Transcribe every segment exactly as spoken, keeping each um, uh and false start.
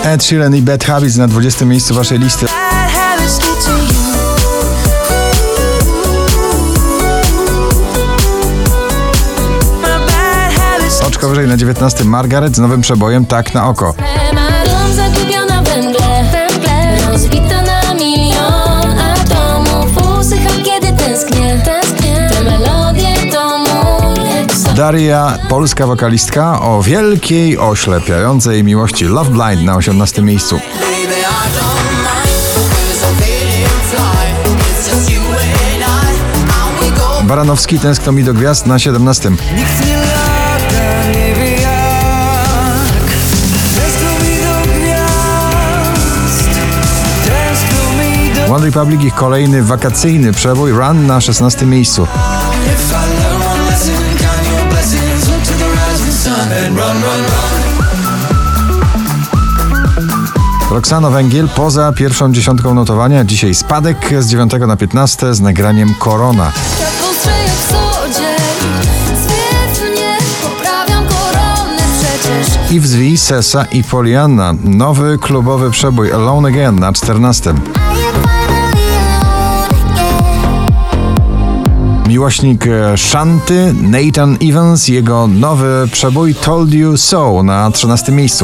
Ed Sheeran i Bad Habits na dwudziestym miejscu waszej listy. Oczko wyżej na dziewiętnastym Margaret z nowym przebojem Tak na oko. Daria, polska wokalistka o wielkiej, oślepiającej miłości. Love Blind na osiemnastym miejscu. Baranowski, Tęskno mi do gwiazd na siedemnastym. Nikt nie lata, nie wie jak. Tęskno mi do gwiazd. Tęskno mi do... One Republic, ich kolejny wakacyjny przebój Run na szesnastym miejscu. Roxano Węgiel poza pierwszą dziesiątką notowania. Dzisiaj spadek z dziewiątego na piętnaste z nagraniem Korona. I wzwij, Sesa i Polianna. Nowy klubowy przebój Alone Again na czternastym. Miłośnik Shanty, Nathan Evans, jego nowy przebój Told You So na trzynastym miejscu.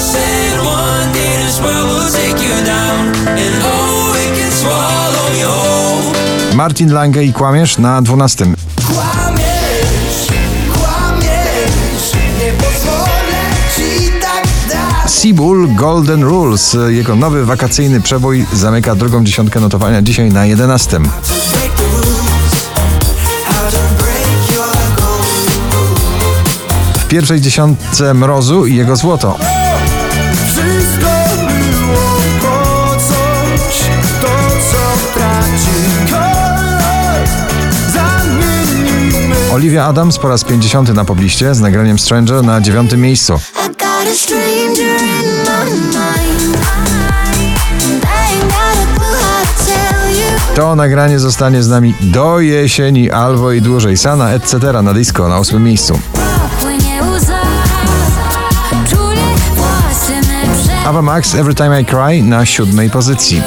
Martin Lange i Kłamiesz na dwunastym. Seabull Golden Rules, jego nowy wakacyjny przebój zamyka drugą dziesiątkę notowania dzisiaj na jedenastym. W pierwszej dziesiątce Mrozu i jego Złoto. Wszystko było po coś, to co traci kolor. Zamienimy. Olivia Adams po raz pięćdziesiąty na pobliście z nagraniem Stranger na dziewiątym miejscu. To nagranie zostanie z nami do jesieni albo i dłużej. Sana et cetera na disco na ósmym miejscu. Ava Max Every Time I Cry na siódmej pozycji.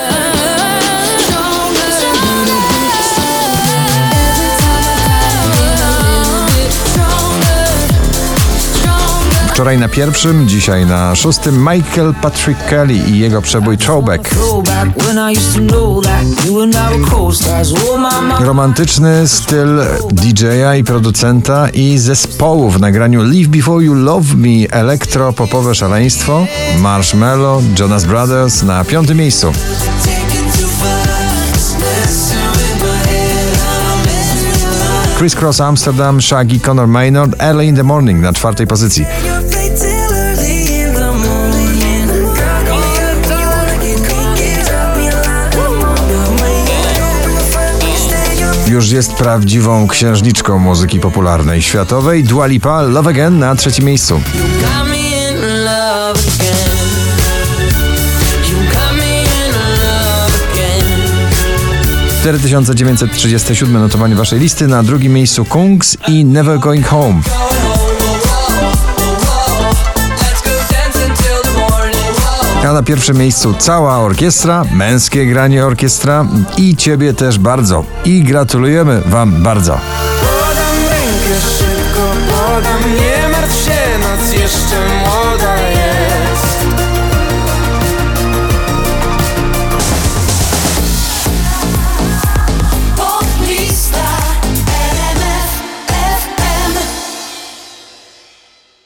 Wczoraj na pierwszym, dzisiaj na szóstym Michael Patrick Kelly i jego przebój Throwback. Romantyczny styl D J a i producenta i zespołu w nagraniu Live Before You Love Me, elektro-popowe szaleństwo, Marshmello, Jonas Brothers na piątym miejscu. Criss Cross Amsterdam, Shaggy, Conor Maynard, Early in the Morning na czwartej pozycji. Już jest prawdziwą księżniczką muzyki popularnej światowej. Dua Lipa, Love Again na trzecim miejscu. cztery tysiące dziewięćset trzydzieste siódme notowanie waszej listy, na drugim miejscu Kungs i Never Going Home. A na pierwszym miejscu cała orkiestra, męskie granie orkiestra i ciebie też bardzo. I gratulujemy wam bardzo.